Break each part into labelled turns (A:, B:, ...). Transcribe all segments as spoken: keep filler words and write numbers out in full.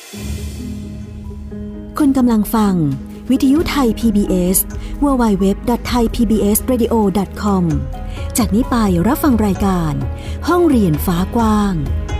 A: คุณกำลังฟังวิทยุไทย พี บี เอส ดับเบิลยู ดับเบิลยู ดับเบิลยู ดอท ไทย พี บี เอส เรดิโอ ดอท คอม จากนี้ไปรับฟังรายการห้องเรียนฟ้ากว้าง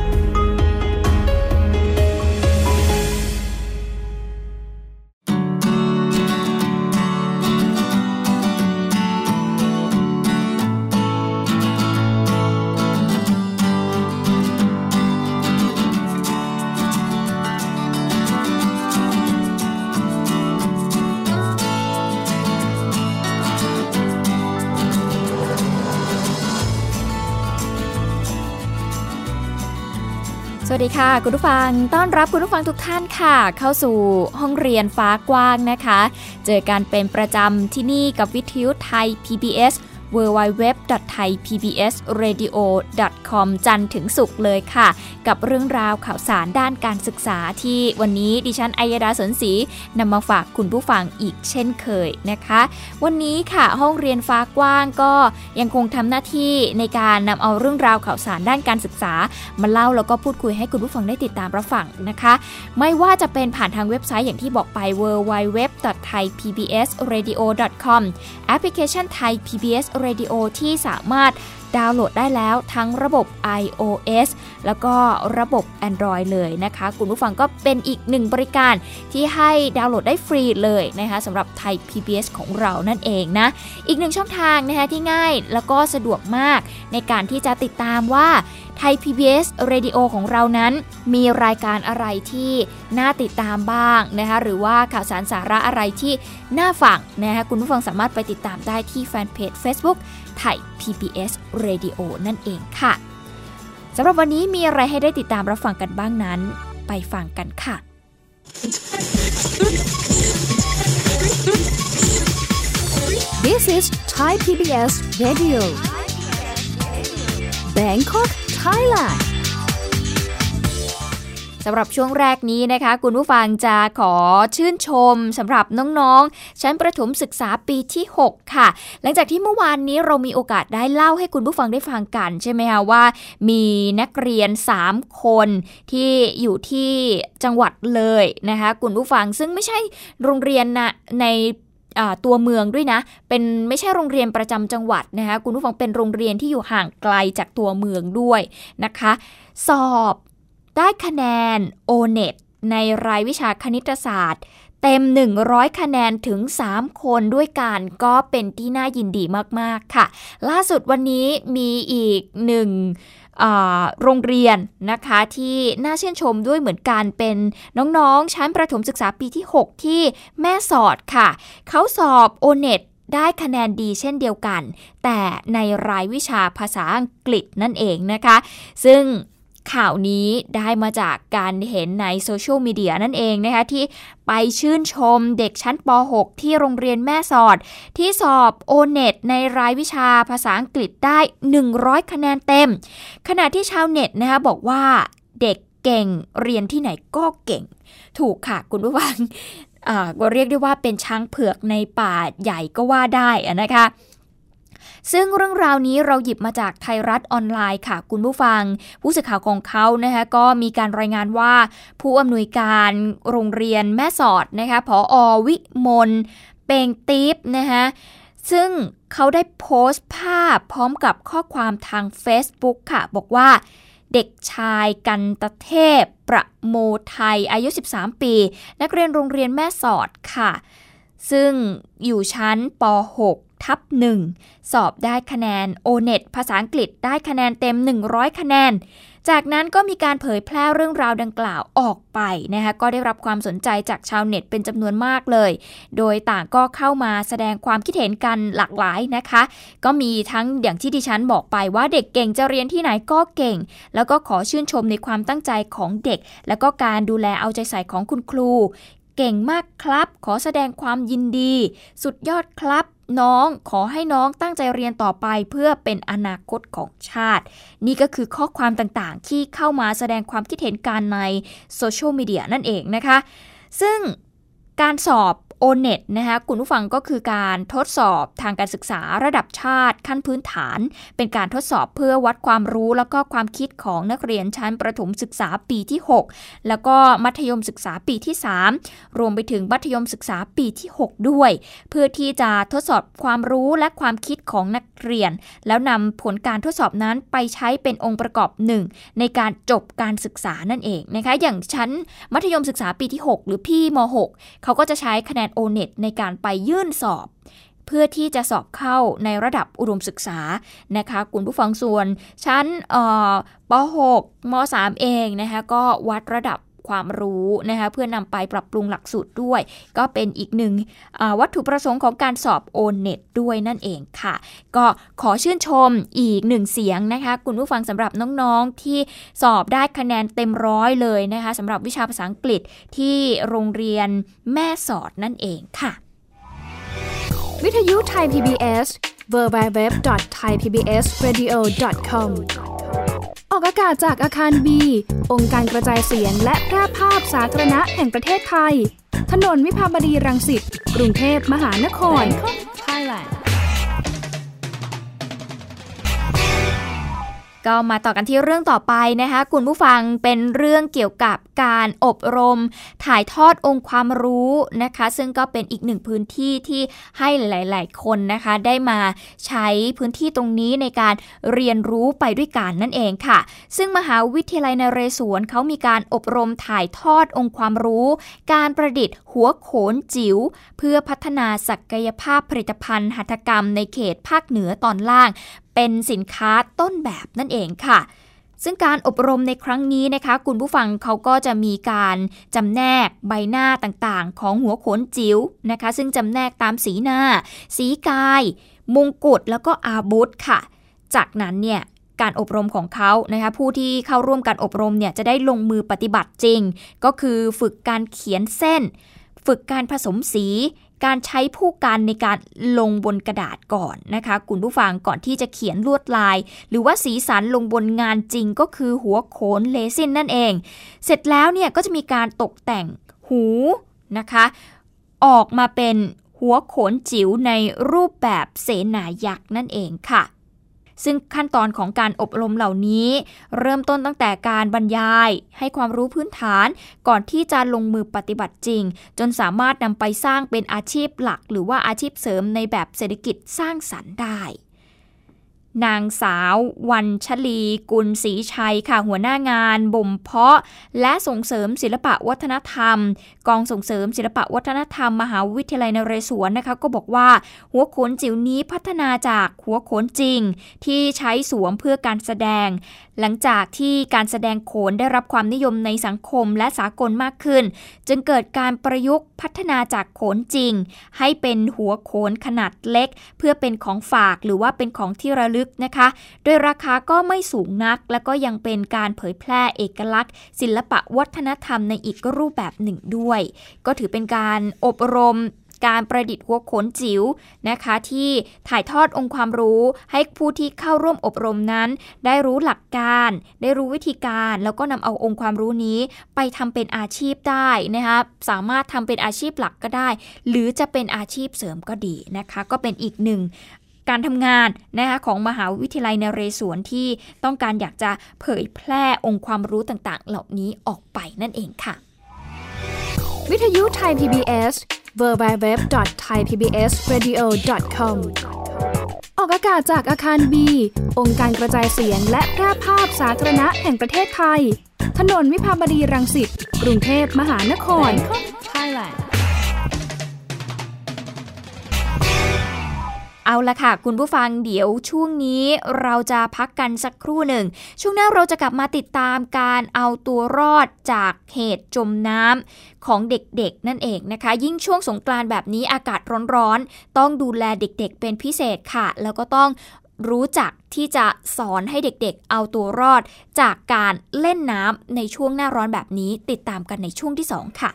B: สวัสดีค่ะคุณผู้ฟังต้อนรับคุณผู้ฟังทุกท่านค่ะเข้าสู่ห้องเรียนฟ้ากว้างนะคะเจอกันเป็นประจำที่นี่กับวิทยุไทย พี บี เอส ดับเบิลยู ดับเบิลยู ดับเบิลยู ดอท ไทย พี บี เอส เรดิโอ ดอท คอม จันทร์ถึงศุกร์เลยค่ะกับเรื่องราวข่าวสารด้านการศึกษาที่วันนี้ดิฉันอัยดาสนศรีนำมาฝากคุณผู้ฟังอีกเช่นเคยนะคะวันนี้ค่ะห้องเรียนฟ้ากว้างก็ยังคงทำหน้าที่ในการนำเอาเรื่องราวข่าวสารด้านการศึกษามาเล่าแล้วก็พูดคุยให้คุณผู้ฟังได้ติดตามรับฟังนะคะไม่ว่าจะเป็นผ่านทางเว็บไซต์อย่างที่บอกไป ดับเบิลยู ดับเบิลยู ดับเบิลยู ดอท ไทย พี บี เอส เรดิโอ ดอท คอม แอปพลิเคชัน Thai พี บี เอส Radio ที่สามารถดาวน์โหลดได้แล้วทั้งระบบ iOS แล้วก็ระบบ Android เลยนะคะคุณผู้ฟังก็เป็นอีกหนึ่งบริการที่ให้ดาวน์โหลดได้ฟรีเลยนะคะสำหรับ Thai พี บี เอส ของเรานั่นเองนะอีกหนึ่งช่องทางนะคะที่ง่ายแล้วก็สะดวกมากในการที่จะติดตามว่า Thai พี บี เอส Radio ของเรานั้นมีรายการอะไรที่น่าติดตามบ้างนะคะหรือว่าข่าวสารสาระอะไรที่น่าฟังนะคะคุณผู้ฟังสามารถไปติดตามได้ที่แฟนเพจ Facebook Thai พี บี เอส Radio นั่นเองค่ะสำหรับวันนี้มีอะไรให้ได้ติดตามรับฟังกันบ้างนั้นไปฟังกันค่ะ
C: This is Thai พี บี เอส Radio Bangkok Thailand
B: สำหรับช่วงแรกนี้นะคะคุณผู้ฟังจะขอชื่นชมสำหรับน้องๆชั้นประถมศึกษาปีที่หกค่ะหลังจากที่เมื่อวานนี้เรามีโอกาสได้เล่าให้คุณผู้ฟังได้ฟังกันใช่ไหมคะว่ามีนักเรียนสามคนที่อยู่ที่จังหวัดเลยนะคะคุณผู้ฟังซึ่งไม่ใช่โรงเรียนนะในตัวเมืองด้วยนะเป็นไม่ใช่โรงเรียนประจำจังหวัดนะคะคุณผู้ฟังเป็นโรงเรียนที่อยู่ห่างไกลจากตัวเมืองด้วยนะคะสอบได้คะแนน โอ เน็ต ในรายวิชาคณิตศาสตร์เต็มหนึ่งร้อยคะแนนถึงสามคนด้วยกันก็เป็นที่น่ายินดีมากๆค่ะล่าสุดวันนี้มีอีกหนึ่งโรงเรียนนะคะที่น่าชื่นชมด้วยเหมือนกันเป็นน้องๆชั้นประถมศึกษาปีที่หกที่แม่สอดค่ะเขาสอบ โอ เน็ต ได้คะแนนดีเช่นเดียวกันแต่ในรายวิชาภาษาอังกฤษนั่นเองนะคะซึ่งข่าวนี้ได้มาจากการเห็นในโซเชียลมีเดียนั่นเองนะคะที่ไปชื่นชมเด็กชั้นป หกที่โรงเรียนแม่สอดที่สอบ โอ เน็ต ในรายวิชาภาษาอังกฤษได้หนึ่งร้อยคะแนนเต็มขณะที่ชาวเน็ตนะคะบอกว่าเด็กเก่งเรียนที่ไหนก็เก่งถูกค่ะคุณผู้ฟังอ่าก็เรียกได้ว่าเป็นช้างเผือกในป่าใหญ่ก็ว่าได้นะคะซึ่งเรื่องราวนี้เราหยิบมาจากไทยรัฐออนไลน์ค่ะคุณผู้ฟังผู้สื่อข่าวของเขานะคะก็มีการรายงานว่าผู้อำนวยการโรงเรียนแม่สอดนะคะผอ.วิมลเปงตีบนะคะซึ่งเขาได้โพสต์ภาพพร้อมกับข้อความทาง Facebook ค่ะบอกว่าเด็กชายกันตเทพประโมไทยอายุสิบสามปีนักเรียนโรงเรียนแม่สอดค่ะซึ่งอยู่ชั้นป หกทับหนึ่งสอบได้คะแนน โอ เน็ต ภาษาอังกฤษได้คะแนนเต็มหนึ่งร้อยคะแนนจากนั้นก็มีการเผยแพร่เรื่องราวดังกล่าวออกไปนะคะก็ได้รับความสนใจจากชาวเน็ตเป็นจำนวนมากเลยโดยต่างก็เข้ามาแสดงความคิดเห็นกันหลากหลายนะคะก็มีทั้งอย่างที่ดิฉันบอกไปว่าเด็กเก่งจะเรียนที่ไหนก็เก่งแล้วก็ขอชื่นชมในความตั้งใจของเด็กแล้วก็การดูแลเอาใจใส่ของคุณครูเก่งมากครับขอแสดงความยินดีสุดยอดครับน้องขอให้น้องตั้งใจเรียนต่อไปเพื่อเป็นอนาคตของชาตินี่ก็คือข้อความต่างๆที่เข้ามาแสดงความคิดเห็นกันในโซเชียลมีเดียนั่นเองนะคะซึ่งการสอบโอ เน็ต นะคะคุณผู้ฟังก็คือการทดสอบทางการศึกษาระดับชาติขั้นพื้นฐานเป็นการทดสอบเพื่อวัดความรู้แล้วก็ความคิดของนักเรียนชั้นประถมศึกษาปีที่หกแล้วก็มัธยมศึกษาปีที่สามรวมไปถึงมัธยมศึกษาปีที่หกด้วยเพื่อที่จะทดสอบความรู้และความคิดของนักเรียนแล้วนำผลการทดสอบนั้นไปใช้เป็นองค์ประกอบหนึ่งในการจบการศึกษานั่นเองนะคะอย่างชั้นมัธยมศึกษาปีที่หกหรือพี่มหกเขาก็จะใช้คะแนน โอ เน็ต ในการไปยื่นสอบเพื่อที่จะสอบเข้าในระดับอุดมศึกษานะคะคุณผู้ฟังส่วนชั้นป.หก ม.สาม เองนะคะก็วัดระดับความรู้นะคะเพื่อนำไปปรับปรุงหลักสูตรด้วยก็เป็นอีกหนึ่งวัตถุประสงค์ของการสอบ โอ เน็ต ด้วยนั่นเองค่ะก็ขอชื่นชมอีกหนึ่งเสียงนะคะคุณผู้ฟังสำหรับน้องๆที่สอบได้คะแนนเต็มร้อยเลยนะคะสำหรับวิชาภาษาอังกฤษที่โรงเรียนแม่สอดนั่นเองค่ะ
C: วิทยุไทย พี บี เอส ดับเบิลยู ดับเบิลยู ดับเบิลยู ดอท ไทย พี บี เอส เรดิโอ ดอท คอม ออกอากาศจากอาคาร B องค์การกระจายเสียงและแพร่ภาพสาธารณะแห่งประเทศไทยถนนวิภาวดีรังสิตกรุงเทพมหานคร Thailand
B: ก็มาต่อกันที่เรื่องต่อไปนะคะคุณผู้ฟังเป็นเรื่องเกี่ยวกับการอบรมถ่ายทอดองค์ความรู้นะคะซึ่งก็เป็นอีกหนึ่งพื้นที่ที่ให้หลายๆคนนะคะได้มาใช้พื้นที่ตรงนี้ในการเรียนรู้ไปด้วยกันนั่นเองค่ะซึ่งมหาวิทยาลัยนเรศวรเขามีการอบรมถ่ายทอดองค์ความรู้การประดิษฐ์หัวโขนจิ๋วเพื่อพัฒนาศักยภาพผลิตภัณฑ์หัตถกรรมในเขตภาคเหนือตอนล่างเป็นสินค้าต้นแบบนั่นเองค่ะซึ่งการอบรมในครั้งนี้นะคะคุณผู้ฟังเขาก็จะมีการจำแนกใบหน้าต่างๆของหัวโขนจิ๋วนะคะซึ่งจำแนกตามสีหน้าสีกายมงกุฎแล้วก็อาวุธค่ะจากนั้นเนี่ยการอบรมของเขานะคะผู้ที่เข้าร่วมการอบรมเนี่ยจะได้ลงมือปฏิบัติจริงก็คือฝึกการเขียนเส้นฝึกการผสมสีการใช้ผู้กันในการลงบนกระดาษก่อนนะคะคุณผู้ฟังก่อนที่จะเขียนลวดลายหรือว่าสีสันลงบนงานจริงก็คือหัวโขนเรซินนั่นเองเสร็จแล้วเนี่ยก็จะมีการตกแต่งหูนะคะออกมาเป็นหัวโขนจิ๋วในรูปแบบเสนายักษ์นั่นเองค่ะซึ่งขั้นตอนของการอบรมเหล่านี้เริ่มต้นตั้งแต่การบรรยายให้ความรู้พื้นฐานก่อนที่จะลงมือปฏิบัติจริงจนสามารถนำไปสร้างเป็นอาชีพหลักหรือว่าอาชีพเสริมในแบบเศรษฐกิจสร้างสรรค์ได้นางสาววรรชลีกุลศรีชัยค่ะหัวหน้างานบ่มเพาะและส่งเสริมศิลปะวัฒนธรรมกองส่งเสริมศิลปะวัฒนธรรมมหาวิทยาลัยนเรศวรนะคะก็บอกว่าหัวโขนจิ๋วนี้พัฒนาจากหัวโขนจริงที่ใช้สวมเพื่อการแสดงหลังจากที่การแสดงโขนได้รับความนิยมในสังคมและสากลมากขึ้นจึงเกิดการประยุกต์พัฒนาจากโขนจริงให้เป็นหัวโขนขนาดเล็กเพื่อเป็นของฝากหรือว่าเป็นของที่ระลึกนะคะโดยราคาก็ไม่สูงนักและก็ยังเป็นการเผยแพร่เอกลักษณ์ศิลปะวัฒนธรรมในอีกรูปแบบหนึ่งด้วยก็ถือเป็นการอบรมการประดิษฐ์หัวโขนจิ๋วนะคะที่ถ่ายทอดองค์ความรู้ให้ผู้ที่เข้าร่วมอบรมนั้นได้รู้หลักการได้รู้วิธีการแล้วก็นำเอาองค์ความรู้นี้ไปทำเป็นอาชีพได้นะคะสามารถทำเป็นอาชีพหลักก็ได้หรือจะเป็นอาชีพเสริมก็ดีนะคะก็เป็นอีกหนึ่งการทำงานนะคะของมหาวิทยาลัยนเรศวรที่ต้องการอยากจะเผยแพร่องค์ความรู้ต่างๆเหล่านี้ออกไปนั่นเองค่ะ
C: วิทยุไทย พี บี เอส ดับเบิลยู ดับเบิลยู ดับเบิลยู ดอท ไทย พี บี เอส เรดิโอ ดอท คอม ออกอากาศจากอาคาร B องค์การกระจายเสียงและแพร่ภาพสาธารณะแห่งประเทศไทยถนนวิภาวดีรังสิตกรุงเทพมหานคร Thailand
B: เอาละค่ะคุณผู้ฟังเดี๋ยวช่วงนี้เราจะพักกันสักครู่หนึ่งช่วงหน้าเราจะกลับมาติดตามการเอาตัวรอดจากเหตุจมน้ำของเด็กๆนั่นเองนะคะยิ่งช่วงสงกรานต์แบบนี้อากาศร้อนๆต้องดูแลเด็กๆเป็นพิเศษค่ะแล้วก็ต้องรู้จักที่จะสอนให้เด็กๆเอาตัวรอดจากการเล่นน้ำในช่วงหน้าร้อนแบบนี้ติดตามกันในช่วงที่สองค่ะ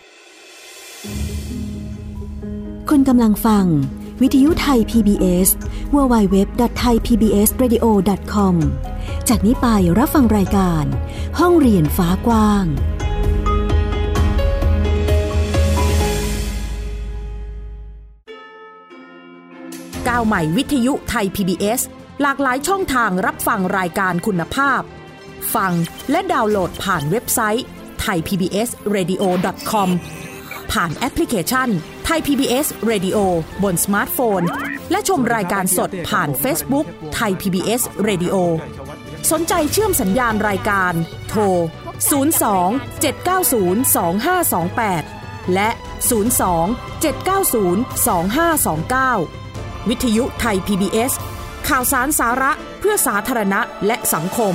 A: คุณกำลังฟังวิทยุไทย พี บี เอส ดับเบิลยู ดับเบิลยู ดับเบิลยู ดอท ไทย พี บี เอส เรดิโอ ดอท คอม จากนี้ไปรับฟังรายการห้องเรียนฟ้ากว้าง
D: ก้าวใหม่วิทยุไทย พี บี เอส หลากหลายช่องทางรับฟังรายการคุณภาพฟังและดาวน์โหลดผ่านเว็บไซต์ ไทย พี บี เอส เรดิโอ ดอท คอม ผ่านแอปพลิเคชัน Thai พี บี เอส Radio บนสมาร์ทโฟนและชมรายการสดผ่าน Facebook Thai พี บี เอส Radio สนใจเชื่อมสัญญาณรายการโทร ศูนย์ สอง เจ็ด เก้า ศูนย์ สอง ห้า สอง แปด และ ศูนย์ สอง เจ็ด เก้า ศูนย์ สอง ห้า สอง เก้า วิทยุไทย พี บี เอส ข่าวสารสาระเพื่อสาธารณะและสังคม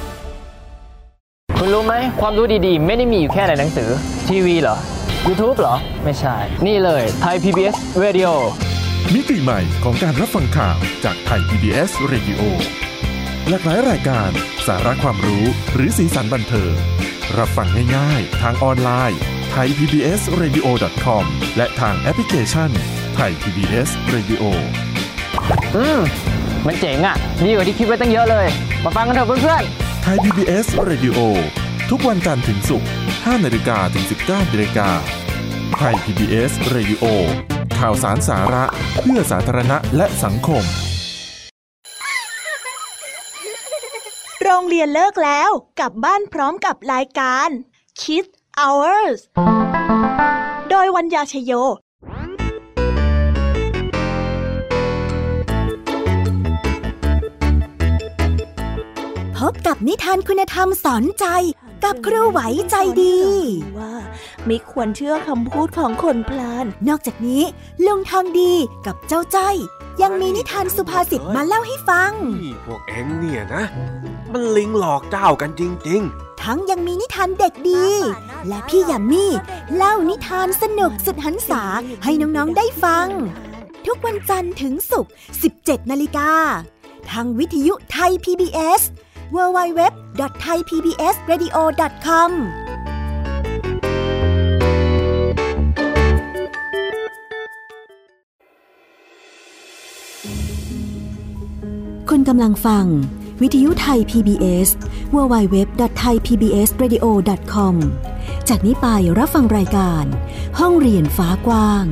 E: คุณรู้ไหมความรู้ดีๆไม่ได้มีอยู่แค่ในหนังสือทีวีเหรอ YouTube เหรอไม่ใช่นี่เลยไทย พี บี เอส Radio
F: มิติใหม่ของการรับฟังข่าวจากไทย พี บี เอส Radio หลากหลายรายการสาระความรู้หรือสีสันบันเทิงรับฟังง่ายๆทางออนไลน์ ไทย พี บี เอส เรดิโอ ดอท คอม และทางแอปพลิเคชัน Thai พี บี เอส Radio
E: อืมมันเจ๋งอ่ะดีกว่าที่คิดไว้ตั้งเยอะเลยมาฟังกันเถอะเพื่อนๆ
F: Thai พี บี เอส Radio ทุกวันจันทร์ถึงศุกร์ ห้านาฬิกา ถึง สิบเก้านาฬิกา Thai พี บี เอส Radio ข่าวสารสาระเพื่อสาธารณะและสังคม
G: โรงเรียนเลิกแล้วกลับบ้านพร้อมกับรายการ Kids Hours โดยวัญญาชโย
A: พบกับนิทานคุณธรรมสอนใจกับครูไหวใจดี
G: ว่าไม่ควรเชื่อคำพูดของคนพลาน
A: นอกจากนี้ลุงทองดีกับเจ้าจ้อยยังมีนิทานสุภาษิตมาเล่าให้ฟัง
H: นี่พวกเอ็งเนี่ยนะมันลิงหลอกเจ้ากันจริง
A: ๆทั้งยังมีนิทานเด็กดีและพี่ยามีเล่านิทานสนุกสุดหรรษาให้น้องๆได้ฟังทุกวันจันทร์ถึงศุกร์ สิบเจ็ดนาฬิกาทางวิทยุไทย พี บี เอส ดับเบิลยู ดับเบิลยู ดับเบิลยู ดอท ไทย พี บี เอส เรดิโอ ดอท คอม คุณกำลังฟังวิทยุไทย พี บี เอส ดับเบิลยู ดับเบิลยู ดับเบิลยู ดอท ไทย พี บี เอส เรดิโอ ดอท คอม จากนี้ไปรับฟังรายการห้องเรียนฟ้ากว้าง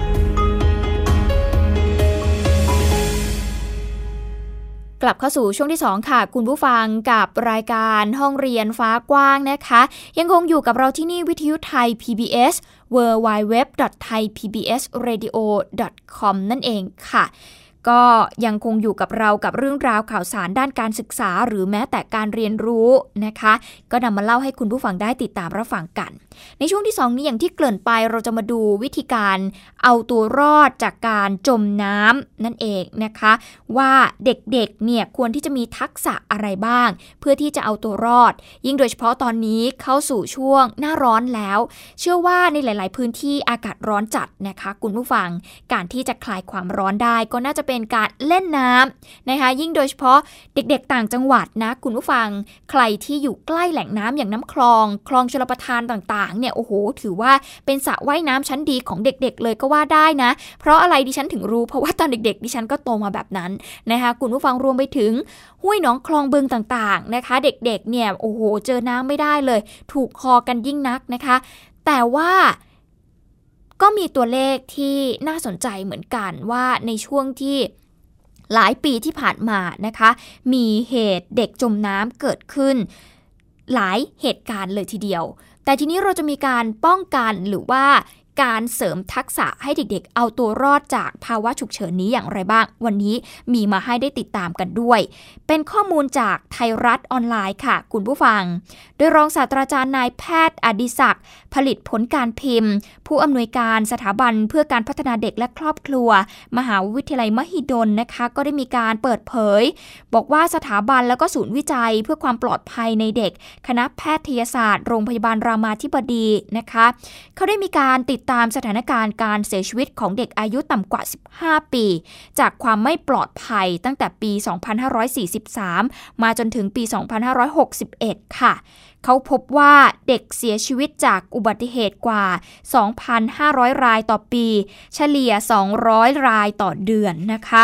B: กลับเข้าสู่ช่วงที่สองค่ะคุณผู้ฟังกับรายการห้องเรียนฟ้ากว้างนะคะยังคงอยู่กับเราที่นี่วิทยุไทย พี บี เอส ดับเบิลยู ดับเบิลยู ดับเบิลยู ดอท ไทย พี บี เอส เรดิโอ ดอท คอม นั่นเองค่ะก็ยังคงอยู่กับเรากับเรื่องราวข่าวสารด้านการศึกษาหรือแม้แต่การเรียนรู้นะคะก็นำมาเล่าให้คุณผู้ฟังได้ติดตามรับฟังกันในช่วงที่สองนี้อย่างที่เกริ่นไปเราจะมาดูวิธีการเอาตัวรอดจากการจมน้ำนั่นเองนะคะว่าเด็กๆเนี่ยควรที่จะมีทักษะอะไรบ้างเพื่อที่จะเอาตัวรอดยิ่งโดยเฉพาะตอนนี้เข้าสู่ช่วงหน้าร้อนแล้วเชื่อว่าในหลายๆพื้นที่อากาศร้อนจัดนะคะคุณผู้ฟังการที่จะคลายความร้อนได้ก็น่าจะเป็นการเล่นน้ำนะคะยิ่งโดยเฉพาะเด็กๆต่างจังหวัดนะคุณผู้ฟังใครที่อยู่ใกล้แหล่งน้ำอย่างน้ำคลองคลองชลประทานต่างๆเนี่ยโอ้โหถือว่าเป็นสระว่ายน้ำชั้นดีของเด็กๆเลยก็ว่าได้นะเพราะอะไรดิฉันถึงรู้เพราะว่าตอนเด็กๆดิฉันก็โตมาแบบนั้นนะคะคุณผู้ฟังรวมไปถึงห้วยหนองคลองบึงต่างๆนะคะเด็กๆเนี่ยโอ้โหเจอน้ำไม่ได้เลยถูกคอกันยิ่งนักนะคะแต่ว่าก็มีตัวเลขที่น่าสนใจเหมือนกันว่าในช่วงที่หลายปีที่ผ่านมานะคะมีเหตุเด็กจมน้ำเกิดขึ้นหลายเหตุการณ์เลยทีเดียวแต่ทีนี้เราจะมีการป้องกันหรือว่าการเสริมทักษะให้เด็กๆเอาตัวรอดจากภาวะฉุกเฉินนี้อย่างไรบ้างวันนี้มีมาให้ได้ติดตามกันด้วยเป็นข้อมูลจากไทยรัฐออนไลน์ค่ะคุณผู้ฟังโดยรองศาสตราจารย์นายแพทย์อดิศักดิ์ผลิตผลการพิมพ์ผู้อำนวยการสถาบันเพื่อการพัฒนาเด็กและครอบครัวมหาวิทยาลัยมหิดลนะคะก็ได้มีการเปิดเผยบอกว่าสถาบันแล้วก็ศูนย์วิจัยเพื่อความปลอดภัยในเด็กคณะแพทยศาสตร์โรงพยาบาลรามาธิบดีนะคะเขาได้มีการติดตามสถานการณ์การเสียชีวิตของเด็กอายุต่ำกว่าสิบห้าปีจากความไม่ปลอดภัยตั้งแต่ปีสองพันห้าร้อยสี่สิบสามมาจนถึงปีสองพันห้าร้อยหกสิบเอ็ดค่ะเขาพบว่าเด็กเสียชีวิตจากอุบัติเหตุกว่า สองพันห้าร้อย รายต่อปีเฉลี่ยสองร้อยรายต่อเดือนนะคะ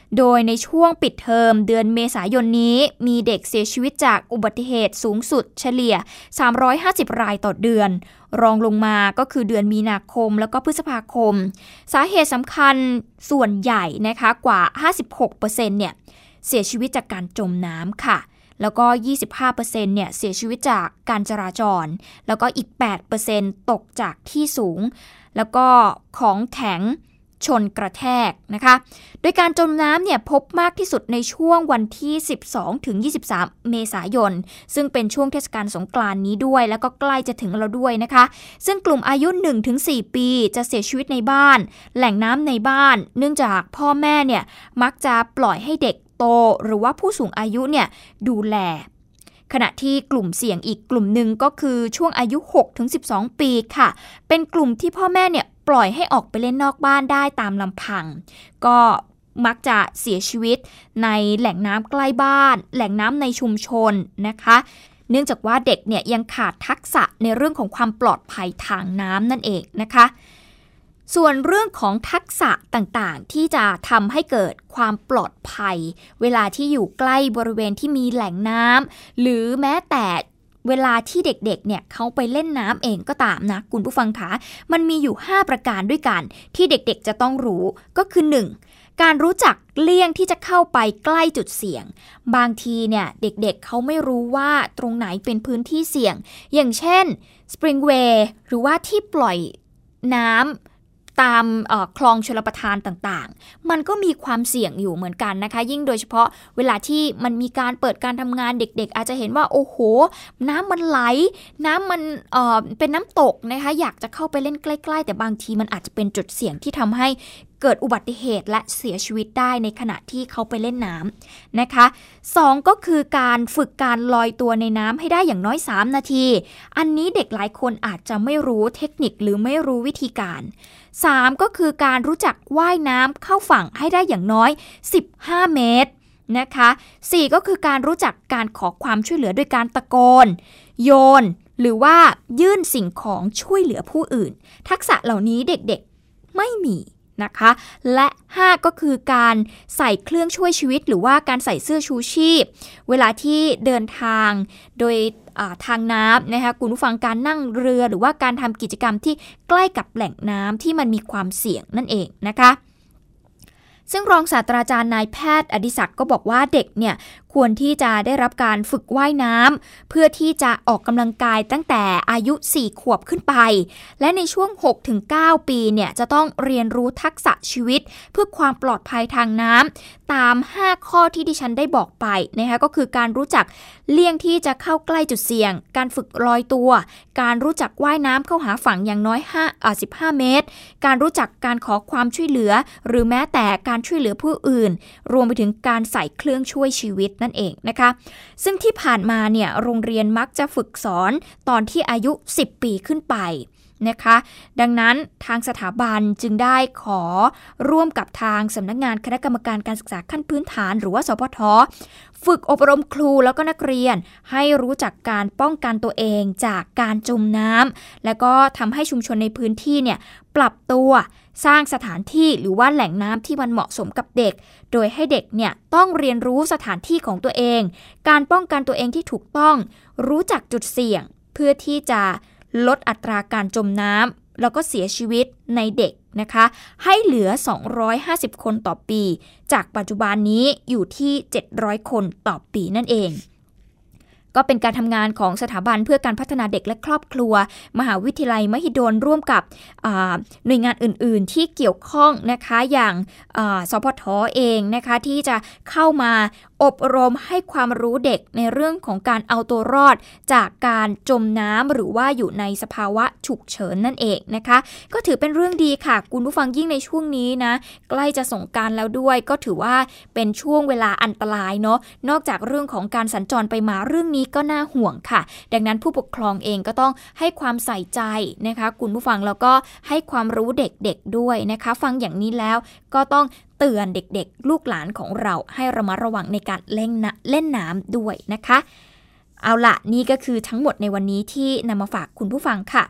B: โดยในช่วงปิดเทอมเดือนเมษายนนี้มีเด็กเสียชีวิตจากอุบัติเหตุสูงสุดเฉลี่ยสามร้อยห้าสิบรายต่อเดือนรองลงมาก็คือเดือนมีนาคมแล้วก็พฤษภาคมสาเหตุสำคัญส่วนใหญ่นะคะกว่า ห้าสิบหกเปอร์เซ็นต์ เนี่ยเสียชีวิตจากการจมน้ำค่ะแล้วก็ ยี่สิบห้าเปอร์เซ็นต์ เนี่ยเสียชีวิตจากการจราจรแล้วก็อีก แปดเปอร์เซ็นต์ ตกจากที่สูงแล้วก็ของแข็งชนกระแทกนะคะโดยการจมน้ำเนี่ยพบมากที่สุดในช่วงวันที่ สิบสองถึงยี่สิบสาม เมษายนซึ่งเป็นช่วงเทศกาลสงกรานต์นี้ด้วยแล้วก็ใกล้จะถึงแล้วด้วยนะคะซึ่งกลุ่มอายุ หนึ่งถึงสี่ ปีจะเสียชีวิตในบ้านแหล่งน้ำในบ้านเนื่องจากพ่อแม่เนี่ยมักจะปล่อยให้เด็กโตหรือว่าผู้สูงอายุเนี่ยดูแลขณะที่กลุ่มเสี่ยงอีกกลุ่มหนึ่งก็คือช่วงอายุ หกถึงสิบสอง ปีค่ะเป็นกลุ่มที่พ่อแม่เนี่ยปล่อยให้ออกไปเล่นนอกบ้านได้ตามลำพังก็มักจะเสียชีวิตในแหล่งน้ำใกล้บ้านแหล่งน้ำในชุมชนนะคะเนื่องจากว่าเด็กเนี่ยยังขาดทักษะในเรื่องของความปลอดภัยทางน้ำนั่นเองนะคะส่วนเรื่องของทักษะต่างๆที่จะทำให้เกิดความปลอดภัยเวลาที่อยู่ใกล้บริเวณที่มีแหล่งน้ำหรือแม้แต่เวลาที่เด็กๆเนี่ยเขาไปเล่นน้ำเองก็ตามนะคุณผู้ฟังคะมันมีอยู่ห้าประการด้วยกันที่เด็กๆจะต้องรู้ก็คือหนึ่งการรู้จักเลี่ยงที่จะเข้าไปใกล้จุดเสี่ยงบางทีเนี่ยเด็กๆ เ, เขาไม่รู้ว่าตรงไหนเป็นพื้นที่เสี่ยงอย่างเช่นสปริงเวย์หรือว่าที่ปล่อยน้ำตามคลองชลประทานต่างๆมันก็มีความเสี่ยงอยู่เหมือนกันนะคะยิ่งโดยเฉพาะเวลาที่มันมีการเปิดการทำงานเด็กๆอาจจะเห็นว่าโอ้โหน้ำมันไหลน้ำมันเอ่อเป็นน้ำตกนะคะอยากจะเข้าไปเล่นใกล้ๆแต่บางทีมันอาจจะเป็นจุดเสี่ยงที่ทำให้เกิดอุบัติเหตุและเสียชีวิตได้ในขณะที่เขาไปเล่นน้ำนะคะสองก็คือการฝึกการลอยตัวในน้ำให้ได้อย่างน้อยสามนาทีอันนี้เด็กหลายคนอาจจะไม่รู้เทคนิคหรือไม่รู้วิธีการสามก็คือการรู้จักว่ายน้ำเข้าฝั่งให้ได้อย่างน้อยสิบห้าเมตรนะคะสี่ก็คือการรู้จักการขอความช่วยเหลือด้วยการตะโกนโยนหรือว่ายื่นสิ่งของช่วยเหลือผู้อื่นทักษะเหล่านี้เด็กๆไม่มีนะคะและห้าก็คือการใส่เครื่องช่วยชีวิตหรือว่าการใส่เสื้อชูชีพเวลาที่เดินทางโดยทางน้ำนะคะคุณผู้ฟังการนั่งเรือหรือว่าการทำกิจกรรมที่ใกล้กับแหล่งน้ำที่มันมีความเสี่ยงนั่นเองนะคะซึ่งรองศาสตราจารย์นายแพทย์อดิศักดิ์ก็บอกว่าเด็กเนี่ยควรที่จะได้รับการฝึกว่ายน้ำเพื่อที่จะออกกำลังกายตั้งแต่อายุสี่ขวบขึ้นไปและในช่วง หกถึงเก้า ปีเนี่ยจะต้องเรียนรู้ทักษะชีวิตเพื่อความปลอดภัยทางน้ำตามห้าข้อที่ดิฉันได้บอกไปนะคะก็คือการรู้จักเลี่ยงที่จะเข้าใกล้จุดเสี่ยงการฝึกลอยตัวการรู้จักว่ายน้ำเข้าหาฝั่งอย่างน้อยห้าอ่าสิบห้าเมตรการรู้จักการขอความช่วยเหลือหรือแม้แต่การช่วยเหลือผู้อื่นรวมไปถึงการใส่เครื่องช่วยชีวิตนั่นเองนะคะซึ่งที่ผ่านมาเนี่ยโรงเรียนมักจะฝึกสอนตอนที่อายุสิบปีขึ้นไปนะคะดังนั้นทางสถาบันจึงได้ขอร่วมกับทางสำนักงานคณะกรรมการการศึกษาขั้นพื้นฐานหรือว่าสพท.ฝึกอบรมครูแล้วก็นักเรียนให้รู้จักการป้องกันตัวเองจากการจมน้ำแล้วก็ทำให้ชุมชนในพื้นที่เนี่ยปรับตัวสร้างสถานที่หรือว่าแหล่งน้ำที่มันเหมาะสมกับเด็กโดยให้เด็กเนี่ยต้องเรียนรู้สถานที่ของตัวเองการป้องกันตัวเองที่ถูกต้องรู้จักจุดเสี่ยงเพื่อที่จะลดอัตราการจมน้ำแล้วก็เสียชีวิตในเด็กนะคะให้เหลือสองร้อยห้าสิบคนต่อปีจากปัจจุบันนี้อยู่ที่เจ็ดร้อยคนต่อปีนั่นเองก็เป็นการทำงานของสถาบันเพื่อการพัฒนาเด็กและครอบครัวมหาวิทยาลัยมหิดลร่วมกับหน่วยงานอื่นๆที่เกี่ยวข้องนะคะอย่างสพท.เองนะคะที่จะเข้ามาอบรมให้ความรู้เด็กในเรื่องของการเอาตัวรอดจากการจมน้ำหรือว่าอยู่ในสภาวะฉุกเฉินนั่นเองนะคะก็ถือเป็นเรื่องดีค่ะคุณผู้ฟังยิ่งในช่วงนี้นะใกล้จะสงกรานต์แล้วด้วยก็ถือว่าเป็นช่วงเวลาอันตรายเนาะนอกจากเรื่องของการสัญจรไปมาเรื่องนี้ก็น่าห่วงค่ะดังนั้นผู้ปกครองเองก็ต้องให้ความใส่ใจนะคะคุณผู้ฟังแล้วก็ให้ความรู้เด็กๆด้วยนะคะฟังอย่างนี้แล้วก็ต้องเตือนเด็กๆลูกหลานของเราให้ระมัดระวังในการเล่นน้ำเล่นน้ำด้วยนะคะเอาล่ะนี่ก็คือทั้งหมดในวันนี้ที่นำมาฝากคุณผู้ฟังค่ะ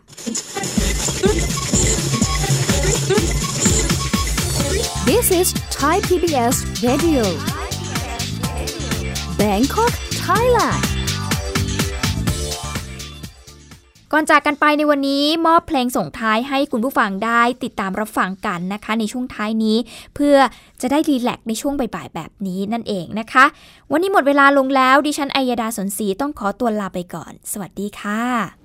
C: This is Thai พี บี เอส Radio Bangkok Thailand
B: ก่อนจากกันไปในวันนี้มอบเพลงส่งท้ายให้คุณผู้ฟังได้ติดตามรับฟังกันนะคะในช่วงท้ายนี้เพื่อจะได้รีแลกซ์ในช่วงบ่ายๆแบบนี้นั่นเองนะคะวันนี้หมดเวลาลงแล้วดิฉันอัยดาสนศรีต้องขอตัวลาไปก่อนสวัสดีค่ะ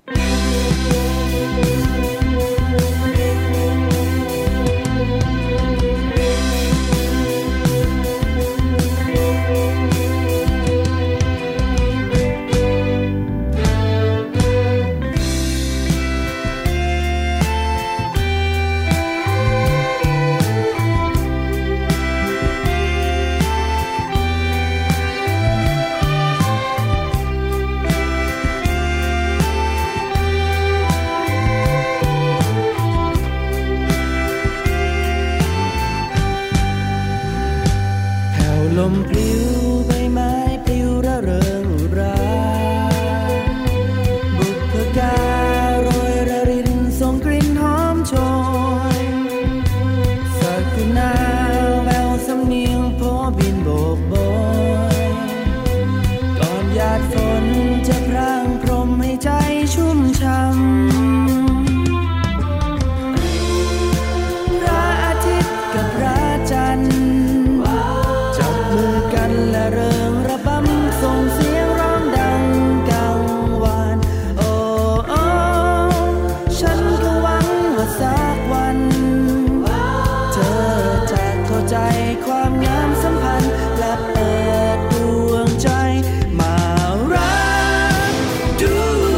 I: ลมปลิวใบไม้ปลิวระเริงราบุพการอยระรินส่งกลิ่นหอมโชยสักกุณาแววสำเนียงพอบินโบกโบยก่อนหยาดฝนจะพรางพรมให้ใจชุ่มช่ำพระอาทิตย์กับพระจันทร์และเริงระบำส่งเสียงร้องดังกังวานโอ้โอ้ฉันก็หวังว่าสักวันเธอจะเข้าใจความงามสัมพันธ์และเปิดดวงใจมารักดู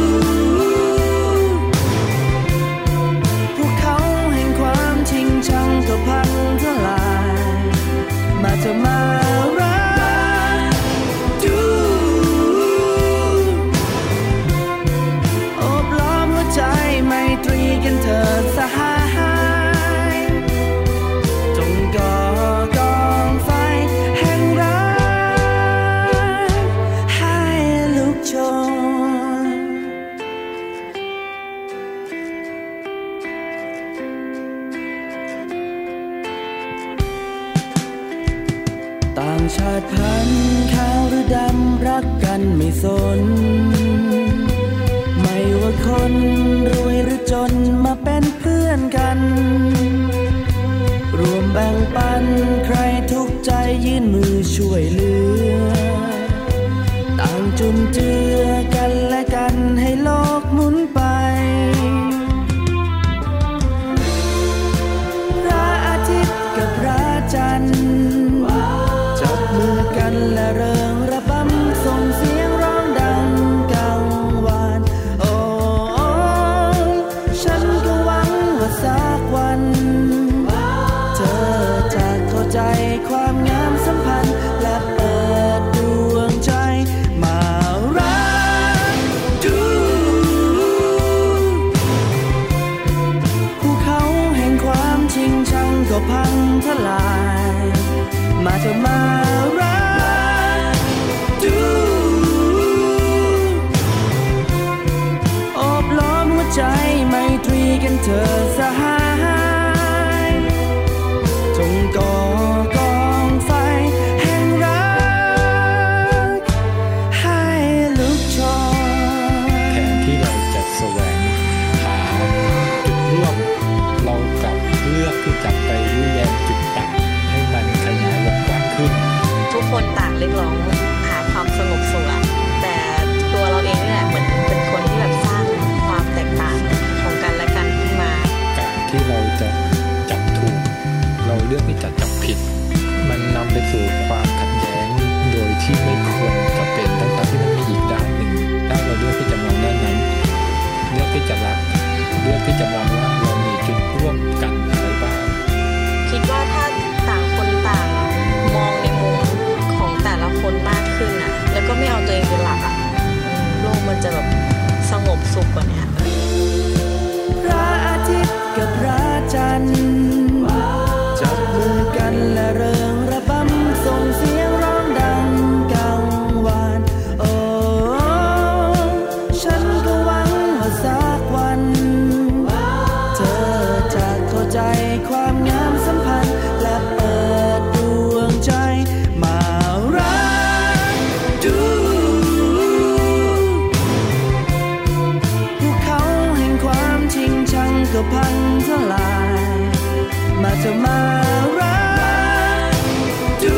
I: พวกเขาแห่งความชิงชังก็พังทลายมาเธอมาเธอสหายจงก่อกองไฟแห่งรักให้ลุกโชนต่างชาติพันธุ์ขาวหรือดำรักกันไม่สนไม่ว่าคนรวยหรือจนมาเป็นเพื่อนกันรวมแบ่งปันใครทุกใจยื่นมือช่วยเหลือต่างจุนเจือกันและกันให้โลกหมุนไปพระอาทิตย์กับพระจันทร์จับมือกันและเริงระบำส่งเสียงร้องดังกังวานสักวันเธอจะเข้าใจความงามสัมพันธ์และเปิดดวงใจมารักดูภูเขาแห่งความชิงชังก็พังทลายมาเธอมารักดูโอบล้อมหัวใจไมตรีกันเธอสหายจงก่อกองไฟแห่งรักให้ลุกโชนแทนที่เราจะแสวงหาจุดร่วมเรากลับเลือกที่จะไปยุแยงจุดต่างให้มันขยายวงกว้างขึ้นทุกคนต่างเรียกร้องหาความสงบสุขแต่ตัวเราเองนี่แหละเหมือนเป็นคนที่แบบสร้างความแตกต่างของกันและกันขึ้นมาการที่เราจะจับถูกเราเลือกที่จะจับผิดมันนำไปสู่ความขัดแย้งโดยที่ไม่ควรจะเป็นทั้งๆที่มันมีอีกด้านหนึ่งถ้าเราเลือกที่จะมองด้านนั้นเลือกที่จะรักเลือกที่จะมองว่าเรามีจุดร่วมกันอะไรบ้างคิดว่าถ้าต่างคนต่างมองในมุมของแต่ละคนมากขึ้นน่ะแล้วก็ไม่เอาตัวเองเป็นหลักอ่ะโลกมันจะแบบสงบสุขกว่านี้พระอาทิตย์กับพระจันทร์จับมือกันและเริงระบำส่งเสียงร้องดังกังวานโอ้ฉันก็หวังว่าสักวันเธอจะเข้าใจความงามสัมพันธ์และเปิดก็พังทลายมาจะมารักดู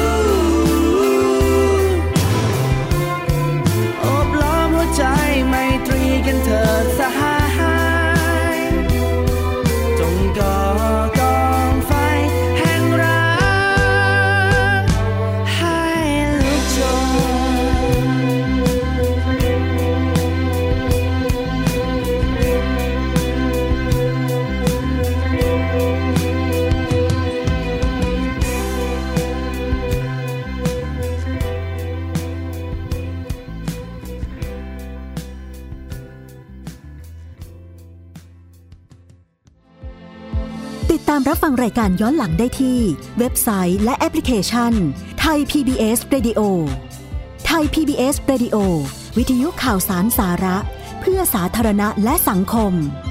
I: โอบล้อมหัวใจไมตรีกันเถิดสหายจงก่อกองไฟแห่งรักให้ลุกโช
A: ติดตามรับฟังรายการย้อนหลังได้ที่เว็บไซต์และแอปพลิเคชัน Thai พี บี เอส Radio Thai พี บี เอส Radio วิทยุข่าวสารสาระเพื่อสาธารณะและสังคม